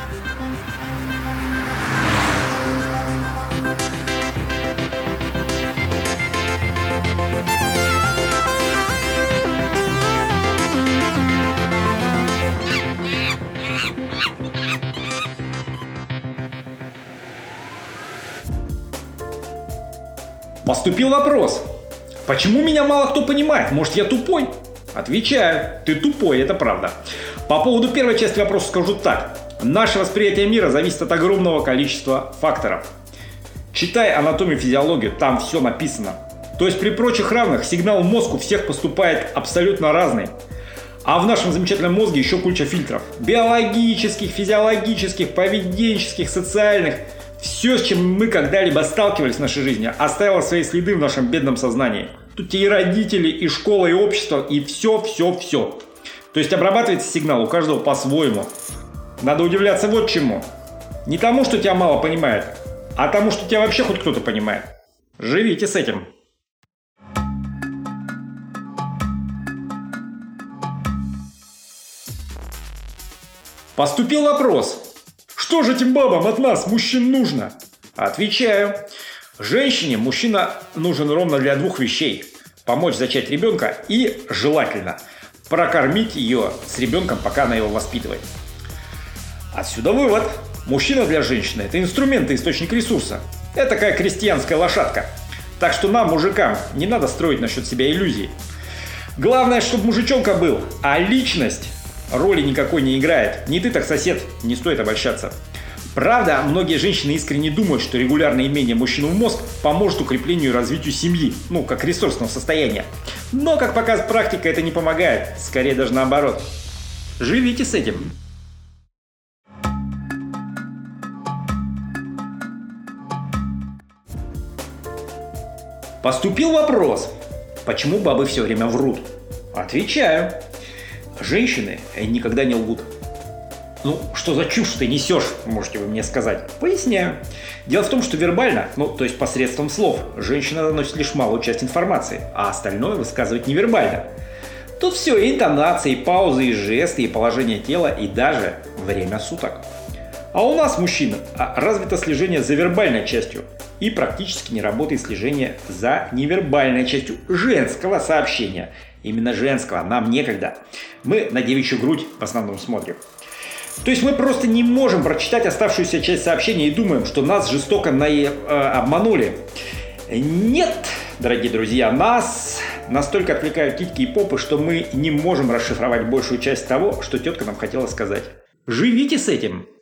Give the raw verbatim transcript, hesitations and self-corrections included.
Поступил вопрос. Почему меня мало кто понимает? Может, я тупой? Отвечаю. Ты тупой, это правда. По поводу первой части вопроса скажу так. Наше восприятие мира зависит от огромного количества факторов. Читай анатомию, физиологию, там все написано. То есть при прочих равных сигнал в мозг у всех поступает абсолютно разный. А в нашем замечательном мозге еще куча фильтров. Биологических, физиологических, поведенческих, социальных. Все, с чем мы когда-либо сталкивались в нашей жизни, оставило свои следы в нашем бедном сознании. Тут и родители, и школа, и общество, и все-все-все. То есть обрабатывается сигнал у каждого по-своему. Надо удивляться вот чему. Не тому, что тебя мало понимает, а тому, что тебя вообще хоть кто-то понимает. Живите с этим. Поступил вопрос. Что же этим бабам от нас, мужчин, нужно? Отвечаю. Женщине мужчина нужен ровно для двух вещей. Помочь зачать ребенка и, желательно, прокормить ее с ребенком, пока она его воспитывает. Отсюда вывод. Мужчина для женщины – это инструмент и источник ресурса. Это такая крестьянская лошадка. Так что нам, мужикам, не надо строить насчет себя иллюзий. Главное, чтобы мужичонка был, а личность роли никакой не играет. Не ты так сосед, не стоит обольщаться. Правда, многие женщины искренне думают, что регулярное имение мужчины в мозг поможет укреплению и развитию семьи, ну, как ресурсного состояния. Но, как показывает практика, это не помогает, скорее даже наоборот. Живите с этим. Поступил вопрос. Почему бабы все время врут? Отвечаю. Женщины никогда не лгут. Ну, что за чушь ты несешь, можете вы мне сказать. Поясняю. Дело в том, что вербально, ну, то есть посредством слов, женщина доносит лишь малую часть информации, а остальное высказывает невербально. Тут все, и интонации, и паузы, и жесты, и положение тела, и даже время суток. А у нас, мужчин, развито слежение за вербальной частью, и практически не работает слежение за невербальной частью женского сообщения. Именно женского, нам некогда. Мы на девичью грудь в основном смотрим. То есть мы просто не можем прочитать оставшуюся часть сообщения и думаем, что нас жестоко на... э, обманули. Нет, дорогие друзья, нас настолько отвлекают титьки и попы, что мы не можем расшифровать большую часть того, что тетка нам хотела сказать. Живите с этим.